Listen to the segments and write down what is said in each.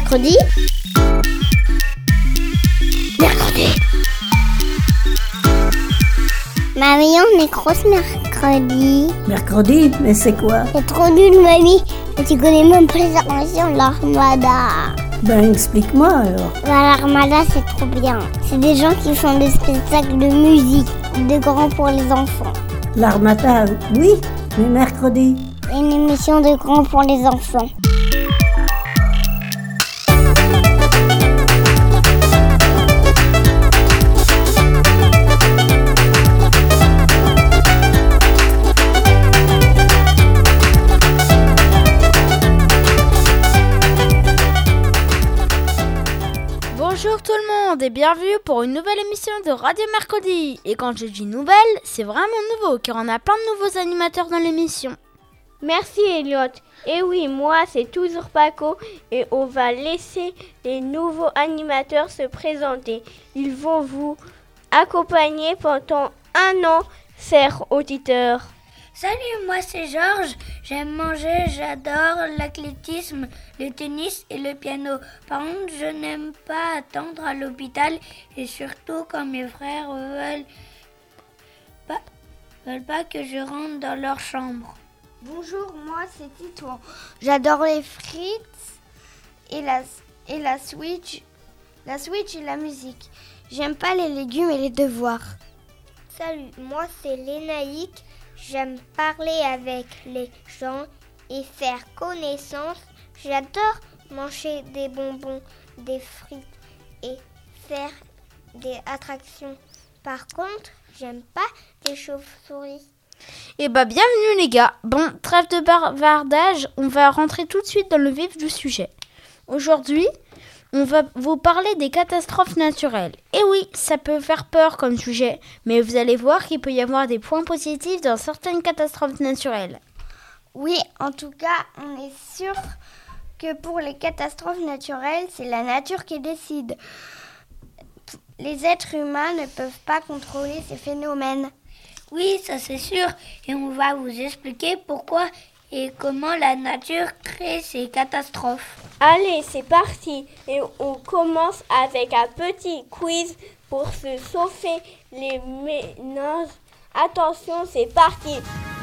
mercredi. Mamie, on est grosse mercredi. Mercredi? Mais c'est quoi? C'est trop nul, mamie. Et tu connais même pas les armations de l'Armada. Ben, explique-moi alors. L'Armada, c'est trop bien. C'est des gens qui font des spectacles de musique, de grands pour les enfants. L'Armada, oui, mais mercredi. Une émission de grands pour les enfants. Bonjour tout le monde et bienvenue pour une nouvelle émission de Radio Mercredi. Et quand je dis nouvelle, c'est vraiment nouveau car on a plein de nouveaux animateurs dans l'émission. Merci Elliot. Et oui, moi c'est toujours Paco et on va laisser les nouveaux animateurs se présenter. Ils vont vous accompagner pendant 1 an, chers auditeurs. Salut, moi c'est Georges. J'aime manger, j'adore l'athlétisme, le tennis et le piano. Par contre, je n'aime pas attendre à l'hôpital et surtout quand mes frères veulent pas que je rentre dans leur chambre. Bonjour, moi c'est Titouan. J'adore les frites et la Switch et la musique. J'aime pas les légumes et les devoirs. Salut, moi c'est Lénaïque. J'aime parler avec les gens et faire connaissance. J'adore manger des bonbons, des frites et faire des attractions. Par contre, j'aime pas les chauves-souris. Et bienvenue les gars. Bon, trêve de bavardage, on va rentrer tout de suite dans le vif du sujet. Aujourd'hui, on va vous parler des catastrophes naturelles. Et oui, ça peut faire peur comme sujet, mais vous allez voir qu'il peut y avoir des points positifs dans certaines catastrophes naturelles. Oui, en tout cas, on est sûr que pour les catastrophes naturelles, c'est la nature qui décide. Les êtres humains ne peuvent pas contrôler ces phénomènes. Oui, ça c'est sûr. Et on va vous expliquer pourquoi et comment la nature crée ces catastrophes. Allez, c'est parti. Et on commence avec un petit quiz pour se sauver les méninges. Attention, c'est parti.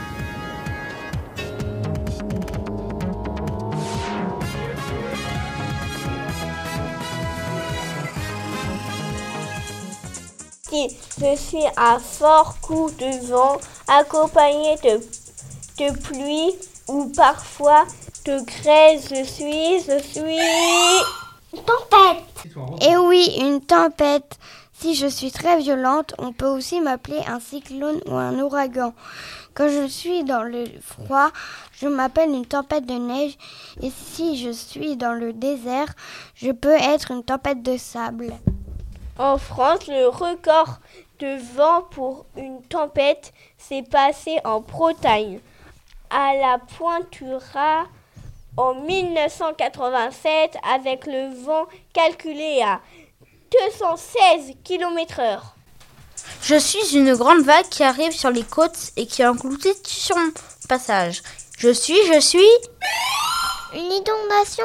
Je suis un fort coup de vent accompagné de pluie ou parfois de grêle. Je suis... Tempête. Et oui, une tempête. Si je suis très violente, on peut aussi m'appeler un cyclone ou un ouragan. Quand je suis dans le froid, je m'appelle une tempête de neige. Et si je suis dans le désert, je peux être une tempête de sable. En France, le record de vent pour une tempête s'est passé en Bretagne, à la Pointura, en 1987, avec le vent calculé à 216 km/h. Je suis une grande vague qui arrive sur les côtes et qui engloutit son passage. Je suis... Une inondation.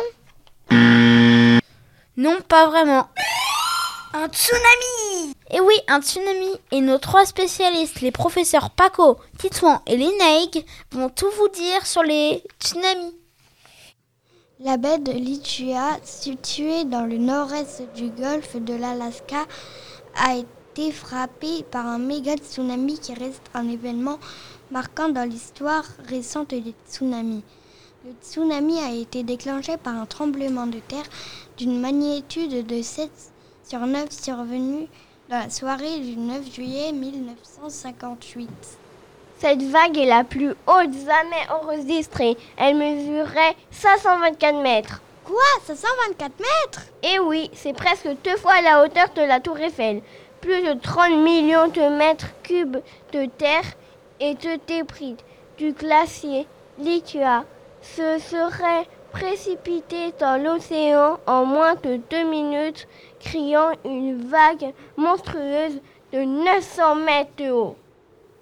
Non, pas vraiment. Un tsunami! Et oui, un tsunami. Et nos 3 spécialistes, les professeurs Paco, Titouan et Lénaïque, vont tout vous dire sur les tsunamis. La baie de Lituya, située dans le nord-est du golfe de l'Alaska, a été frappée par un méga tsunami qui reste un événement marquant dans l'histoire récente des tsunamis. Le tsunami a été déclenché par un tremblement de terre d'une magnitude de 7/9 survenu dans la soirée du 9 juillet 1958. Cette vague est la plus haute jamais enregistrée. Elle mesurait 524 mètres. Quoi? 524 mètres? Et oui, c'est presque 2 fois la hauteur de la Tour Eiffel. Plus de 30 millions de mètres cubes de terre et de débris du glacier Lituya se seraient précipités dans l'océan en moins de 2 minutes, créant une vague monstrueuse de 900 mètres de haut.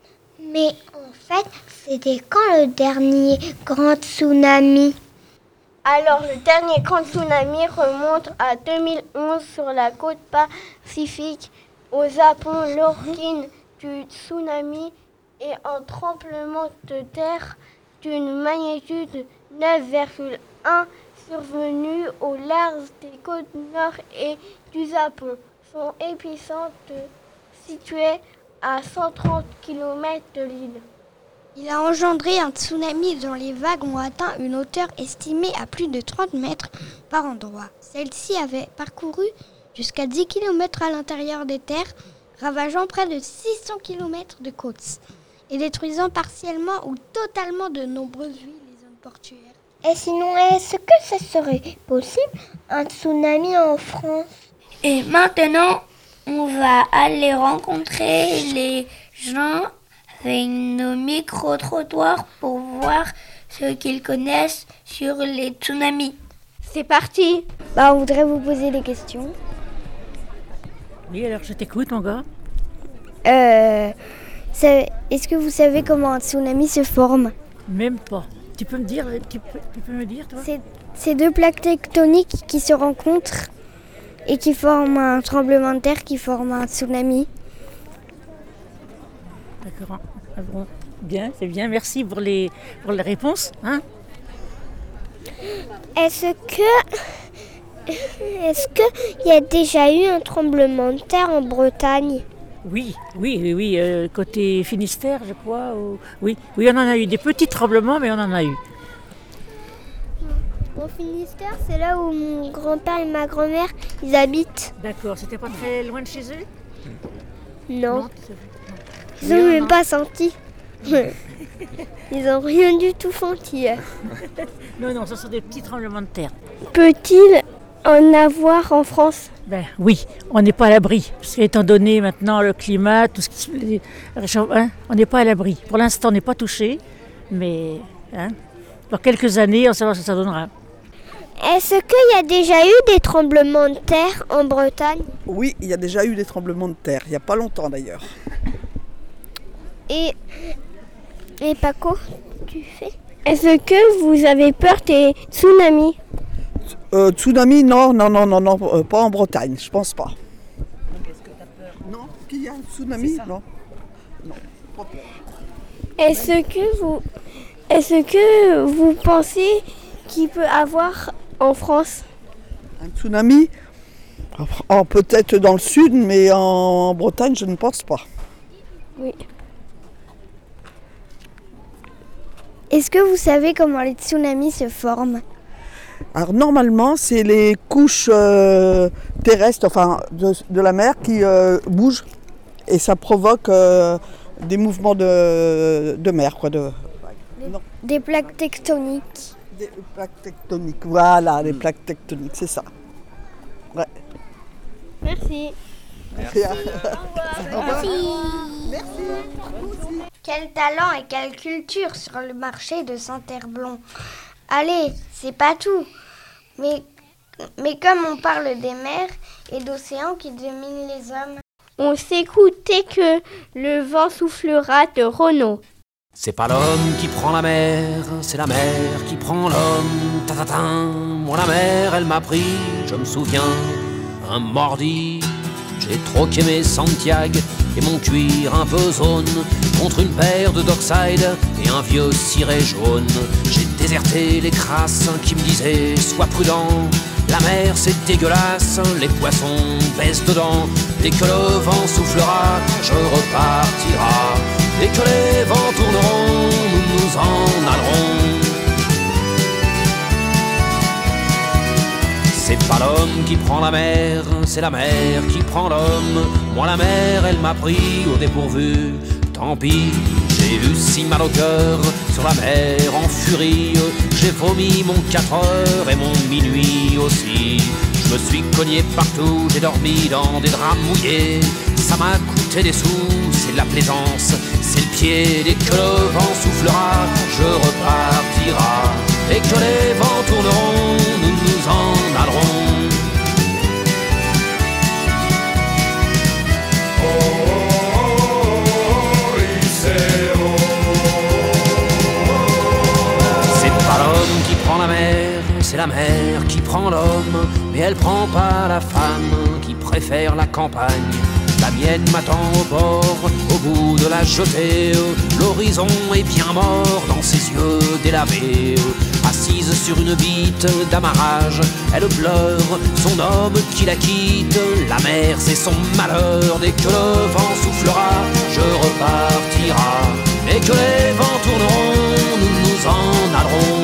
Mais en fait, c'était quand le dernier grand tsunami? Alors, le dernier grand tsunami remonte à 2011 sur la côte pacifique au Japon. L'origine du tsunami est un tremblement de terre d'une magnitude 9,1 survenu au large des côtes nord et du Japon. Son épicentre situé à 130 km de l'île. Il a engendré un tsunami dont les vagues ont atteint une hauteur estimée à plus de 30 mètres par endroit. Celle-ci avait parcouru jusqu'à 10 km à l'intérieur des terres, ravageant près de 600 km de côtes et détruisant partiellement ou totalement de nombreuses villes et zones portuaires. Et sinon, est-ce que ça serait possible un tsunami en France? Et maintenant, on va aller rencontrer les gens avec nos micro-trottoirs pour voir ce qu'ils connaissent sur les tsunamis. C'est parti. On voudrait vous poser des questions. Oui, alors je t'écoute, mon gars. Est-ce que vous savez comment un tsunami se forme? Même pas. Tu peux me dire, toi? C'est deux plaques tectoniques qui se rencontrent et qui forment un tremblement de terre qui forme un tsunami. D'accord. Ah bon. Bien, c'est bien. Merci pour les réponses. Hein? Est-ce qu'il y a déjà eu un tremblement de terre en Bretagne? Oui. Côté Finistère, je crois. Oui, on en a eu des petits tremblements, mais on en a eu. Au Finistère, c'est là où mon grand-père et ma grand-mère, ils habitent. D'accord. C'était pas très loin de chez eux? Non. Ils n'ont même pas senti. Ils n'ont rien du tout senti. Non, ce sont des petits tremblements de terre. Peut-il en avoir en France? Ben oui, on n'est pas à l'abri. Parce qu'étant donné maintenant le climat, tout ce qui on n'est pas à l'abri. Pour l'instant, on n'est pas touché, mais dans quelques années, on saura ce que ça donnera. Est-ce qu'il y a déjà eu des tremblements de terre en Bretagne? Oui, il y a déjà eu des tremblements de terre, il n'y a pas longtemps d'ailleurs. Et Paco, tu fais? Est-ce que vous avez peur des tsunamis? Tsunami, non, pas en Bretagne, je pense pas. Est-ce que tu as peur? Non, qu'il y a un tsunami? Non, pas peur. Est-ce que vous pensez qu'il peut avoir en France? Un tsunami? Peut-être dans le sud, mais en Bretagne, je ne pense pas. Oui. Est-ce que vous savez comment les tsunamis se forment? Alors normalement, c'est les couches terrestres, de la mer qui bougent et ça provoque des mouvements de mer, quoi. Des plaques tectoniques. Des plaques tectoniques, voilà, des plaques tectoniques, c'est ça. Ouais. Merci. Merci. Quel talent et quelle culture sur le marché de Saint-Herblon. Allez, c'est pas tout. Mais comme on parle des mers et d'océans qui dominent les hommes. On s'écoutait que le vent soufflera de Renaud. C'est pas l'homme qui prend la mer, c'est la mer qui prend l'homme. Ta-ta-ta. Moi la mer, elle m'a pris, je me souviens, un mardi. J'ai troqué mes Santiago et mon cuir un peu zone contre une paire de Dockside et un vieux ciré jaune. J'ai déserté les crasses qui me disaient sois prudent, la mer c'est dégueulasse, les poissons baissent dedans. Dès que le vent soufflera, je repartira. Dès que les vents tourneront, nous nous en allerons. C'est pas l'homme qui prend la mer, c'est la mer qui prend l'homme. Moi la mer, elle m'a pris au dépourvu. Tant pis, j'ai eu si mal au cœur sur la mer en furie. J'ai vomi mon 4 heures et mon minuit aussi. Je me suis cogné partout, j'ai dormi dans des draps mouillés. Ça m'a coûté des sous, c'est de la plaisance, c'est le pied. Dès que le vent soufflera, je repartira. Dès que les vents tourneront, nous nous en allerons. C'est pas l'homme qui prend la mer, c'est la mer qui prend l'homme, mais elle prend pas la femme qui préfère la campagne. La mienne m'attend au bord, au bout de la jetée. L'horizon est bien mort dans ses yeux délavés. Assise sur une bite d'amarrage, elle pleure son homme qui la quitte. La mer c'est son malheur, dès que le vent soufflera, je repartira. Dès que les vents tourneront, nous nous en allerons.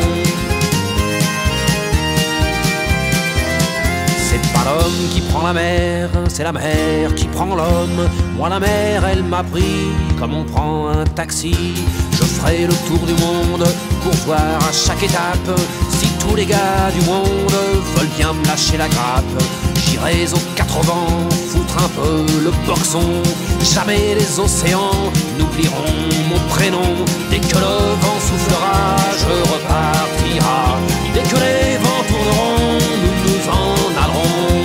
C'est pas l'homme qui prend la mer, c'est la mer qui prend l'homme. Moi la mer elle m'a pris comme on prend un taxi. Je ferai le tour du monde pour voir à chaque étape si tous les gars du monde veulent bien me lâcher la grappe. J'irai aux quatre vents foutre un peu le boxon. Jamais les océans n'oublieront mon prénom. Dès que le vent soufflera, je repartira. Dès que les vents tourneront, nous nous en allerons.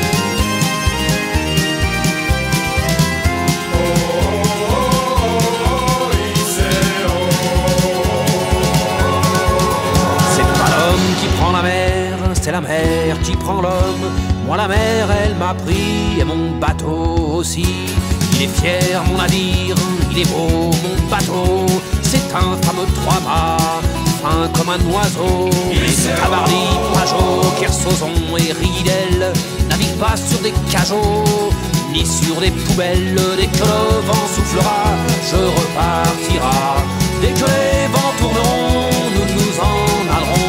C'est la mer qui prend l'homme. Moi la mer elle m'a pris et mon bateau aussi. Il est fier mon navire, il est beau mon bateau. C'est un fameux trois-mâts, fin comme un oiseau. Tabarly, Pajot, Kersozon et Ridel naviguent pas sur des cajots ni sur des poubelles. Dès que le vent soufflera, je repartira. Dès que les vents tourneront, nous nous en allerons.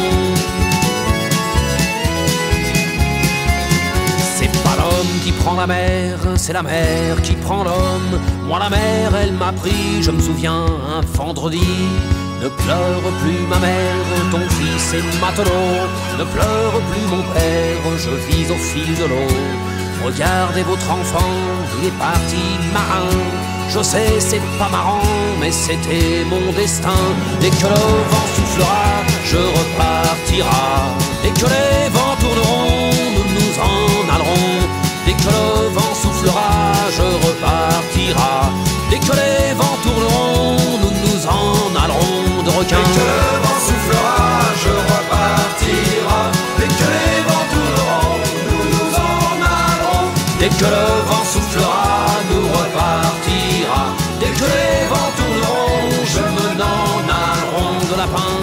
Qui prend la mer, c'est la mer qui prend l'homme. Moi la mer elle m'a pris, je me souviens un vendredi. Ne pleure plus ma mère, ton fils est matelot. Ne pleure plus mon père, je vis au fil de l'eau. Regardez votre enfant, il est parti marin. Je sais c'est pas marrant, mais c'était mon destin. Dès que le vent soufflera, je repartira. Dès que les vents tourneront, nous nous en allerons. Dès que le vent soufflera, je repartira. Dès que les vents tourneront, nous nous en allerons de requins. Dès que le vent soufflera, je repartira. Dès que les vents tourneront, nous nous en allerons. Dès que le vent soufflera, nous repartira. Dès que les vents tourneront, je me n'en allerons de lapin.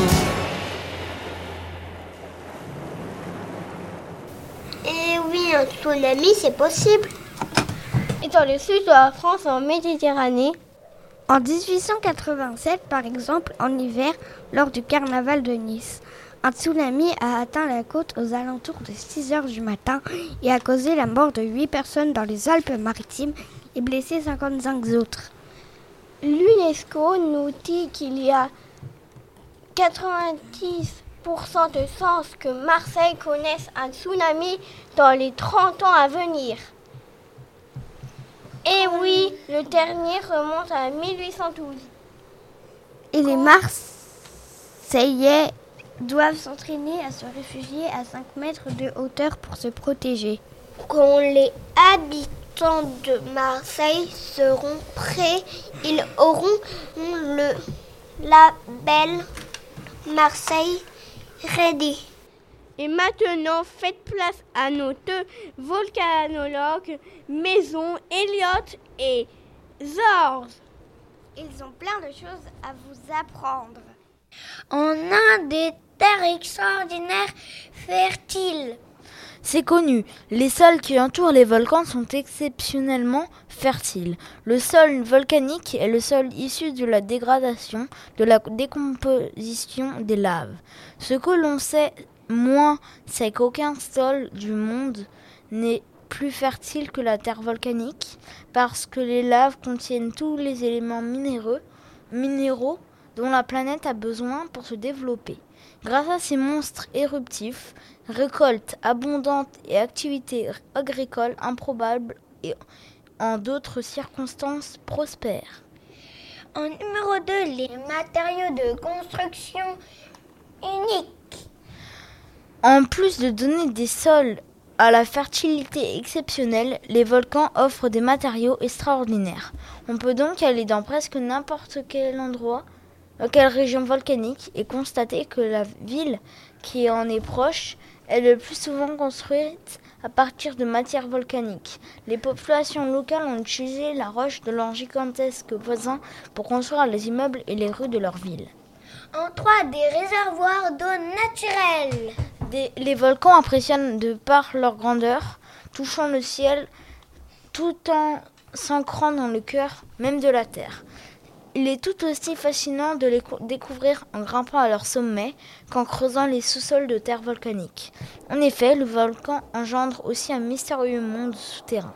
Un tsunami, c'est possible. Et dans le sud de la France, en Méditerranée. En 1887, par exemple, en hiver, lors du carnaval de Nice, un tsunami a atteint la côte aux alentours de 6 heures du matin et a causé la mort de 8 personnes dans les Alpes-Maritimes et blessé 55 autres. L'UNESCO nous dit qu'il y a 90% de chances que Marseille connaisse un tsunami dans les 30 ans à venir. Et oui, le dernier remonte à 1812. Et les Marseillais doivent s'entraîner à se réfugier à 5 mètres de hauteur pour se protéger. Quand les habitants de Marseille seront prêts, ils auront le label Marseille Ready. Et maintenant, faites place à nos deux volcanologues, Maison, Elliot et Georges. Ils ont plein de choses à vous apprendre. On a des terres extraordinaires fertiles. C'est connu, les sols qui entourent les volcans sont exceptionnellement fertiles. Le sol volcanique est le sol issu de la dégradation, de la décomposition des laves. Ce que l'on sait moins, c'est qu'aucun sol du monde n'est plus fertile que la terre volcanique, parce que les laves contiennent tous les éléments minéraux dont la planète a besoin pour se développer. Grâce à ces monstres éruptifs, récoltes abondantes et activités agricoles improbables et en d'autres circonstances prospères. En numéro 2, les matériaux de construction uniques. En plus de donner des sols à la fertilité exceptionnelle, les volcans offrent des matériaux extraordinaires. On peut donc aller dans presque n'importe quel endroit dans quelle région volcanique et constaté que la ville qui en est proche est le plus souvent construite à partir de matières volcaniques. Les populations locales ont utilisé la roche de leurs gigantesques voisins pour construire les immeubles et les rues de leur ville. En 3, des réservoirs d'eau naturelle. Les volcans impressionnent de par leur grandeur, touchant le ciel tout en s'ancrant dans le cœur même de la terre. Il est tout aussi fascinant de les découvrir en grimpant à leur sommet qu'en creusant les sous-sols de terre volcanique. En effet, le volcan engendre aussi un mystérieux monde souterrain.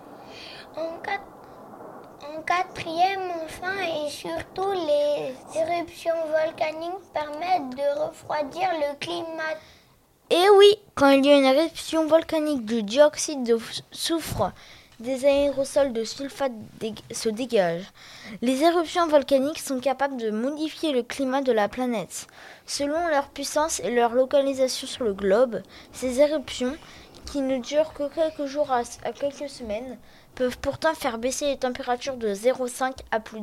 En 4e, enfin, et surtout, les éruptions volcaniques permettent de refroidir le climat. Et oui, quand il y a une éruption volcanique de dioxyde de soufre, des aérosols de sulfate se dégagent. Les éruptions volcaniques sont capables de modifier le climat de la planète. Selon leur puissance et leur localisation sur le globe, ces éruptions, qui ne durent que quelques jours à quelques semaines, peuvent pourtant faire baisser les températures de 0,5 à plus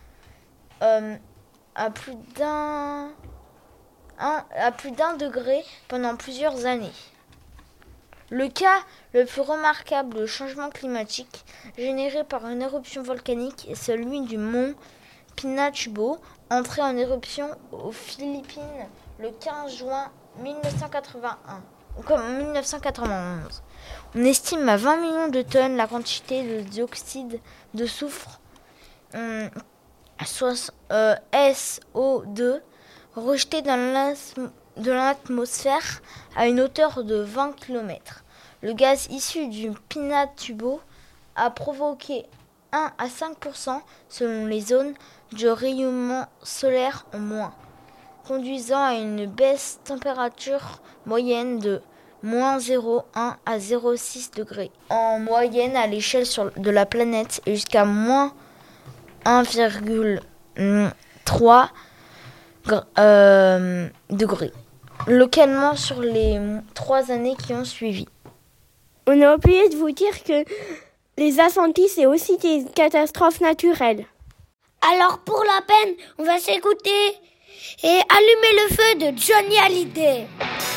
d'un degré pendant plusieurs années. Le cas le plus remarquable de changement climatique généré par une éruption volcanique est celui du mont Pinatubo, entré en éruption aux Philippines le 15 juin 1991. On estime à 20 millions de tonnes la quantité de dioxyde de soufre SO2 rejeté de l'atmosphère à une hauteur de 20 km. Le gaz issu du Pinatubo a provoqué 1 à 5% selon les zones de rayonnement solaire en moins, conduisant à une baisse température moyenne de moins 0,1 à 0,6 degrés en moyenne à l'échelle de la planète et jusqu'à moins 1,3 degrés localement sur les 3 années qui ont suivi. On a oublié de vous dire que les incendies, c'est aussi des catastrophes naturelles. Alors pour la peine, on va s'écouter et allumer le feu de Johnny Hallyday.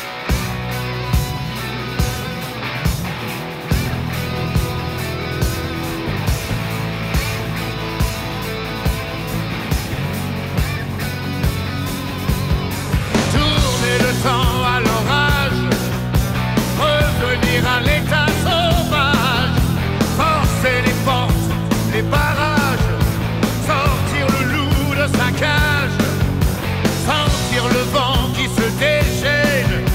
Temps à l'orage, revenir à l'état sauvage, forcer les portes, les barrages, sortir le loup de sa cage, sentir le vent qui se déchaîne,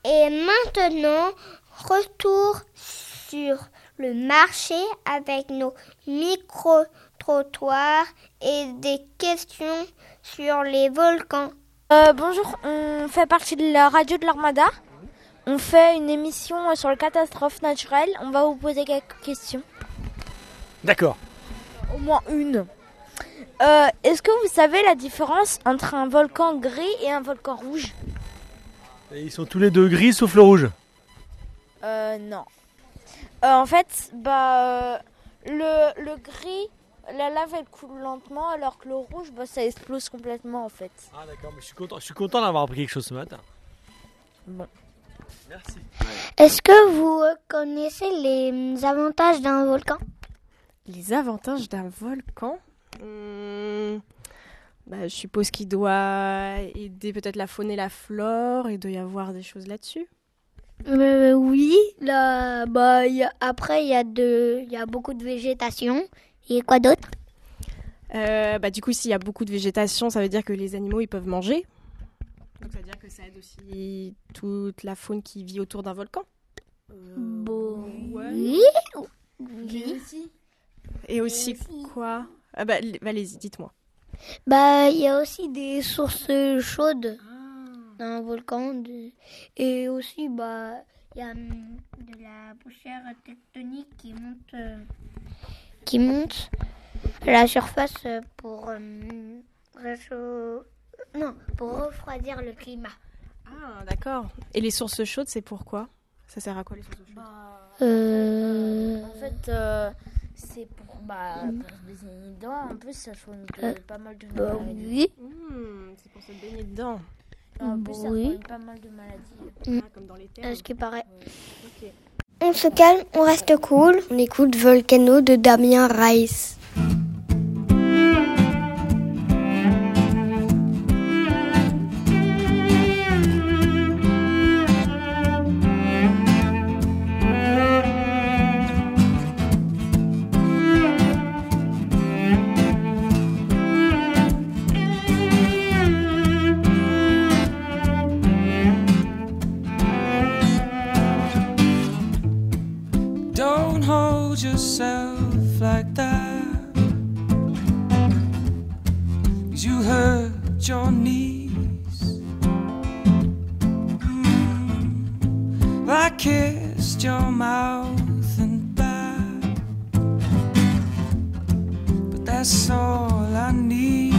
Et maintenant, retour sur le marché avec nos micro-trottoirs et des questions sur les volcans. Bonjour, on fait partie de la radio de l'Armada. On fait une émission sur les catastrophes naturelles. On va vous poser quelques questions. D'accord. Au moins une. Est-ce que vous savez la différence entre un volcan gris et un volcan rouge ? Et ils sont tous les deux gris sauf le rouge. Non. En fait, le gris, la lave elle coule lentement, alors que le rouge, ça explose complètement en fait. Ah d'accord, mais je suis content d'avoir appris quelque chose ce matin. Bon. Merci. Est-ce que vous connaissez les avantages d'un volcan ? Les avantages d'un volcan ? Je suppose qu'il doit aider peut-être la faune et la flore, il doit y avoir des choses là-dessus. Oui, après il y a beaucoup de végétation. Et quoi d'autre ? Du coup, s'il y a beaucoup de végétation, ça veut dire que les animaux ils peuvent manger. Donc ça veut dire que ça aide aussi toute la faune qui vit autour d'un volcan. Oui. Et aussi quoi ? Allez-y, dites-moi. Il y a aussi des sources chaudes dans un volcan. Et aussi, il y a de la poussière tectonique qui monte à la surface pour refroidir le climat. Ah, d'accord. Et les sources chaudes, c'est pourquoi ? Ça sert à quoi les sources chaudes ? En fait, c'est pour se baigner dedans. En plus, ça soigne pas mal de maladies. Oui. C'est pour se baigner dedans. En plus, ça soigne pas mal de maladies. Comme dans les terres. Ce qui paraît. Ok. On se calme, on reste cool. On écoute Volcano de Damien Rice. Don't hold yourself like that, 'cause you hurt your knees. I kissed your mouth and back, but that's all I need.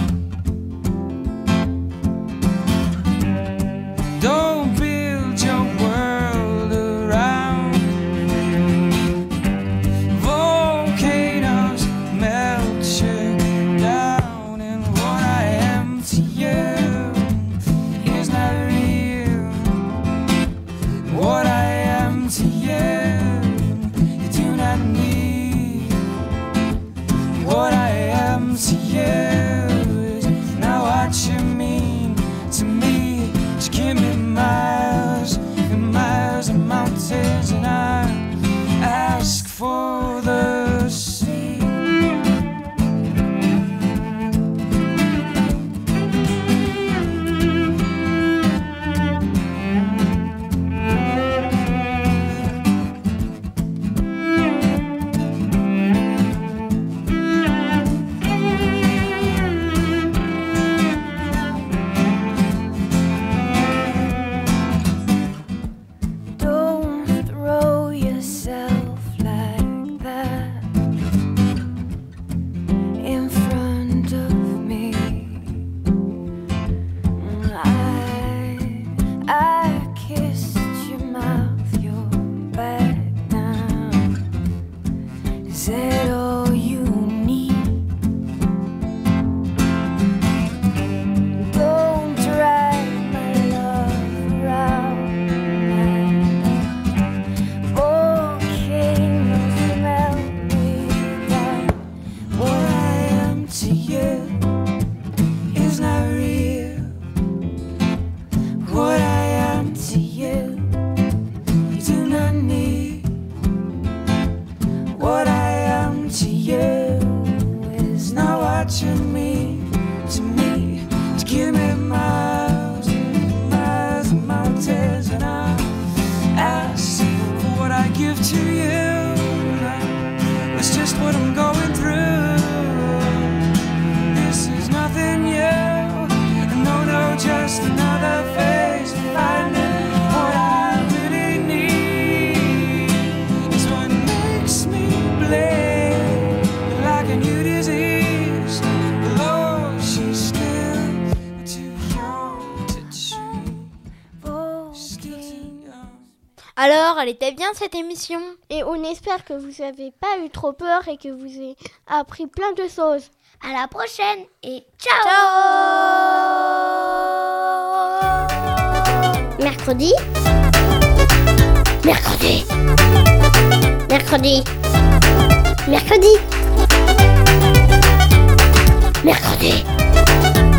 Don't build your world around volcanoes, melt you down, and what I am to you is not real. What I am to you, you do not need. What I am to you is not what you mean to me. Just give me miles and miles of mountains, and I ask for the sea. Don't throw yourself like that in front of me. I kissed your mouth, your back now. Is that all you need? Don't drag my love around. Volcanoes melt me down. What I am to you is not real. What I am to you, you do not need. What I am to you is not what you mean to me. Just give me miles and miles of mountains, and I to you. It's just what I'm going through. This is nothing new. No, just another phase of finding what I really need. Is what makes me bleed like a new disease. Oh, she's still too young to treat. Still too young. Alors, elle était bien cette émission. Et on espère que vous n'avez pas eu trop peur et que vous avez appris plein de choses. À la prochaine et ciao. Mercredi. Mercredi. Mercredi. Mercredi. Mercredi.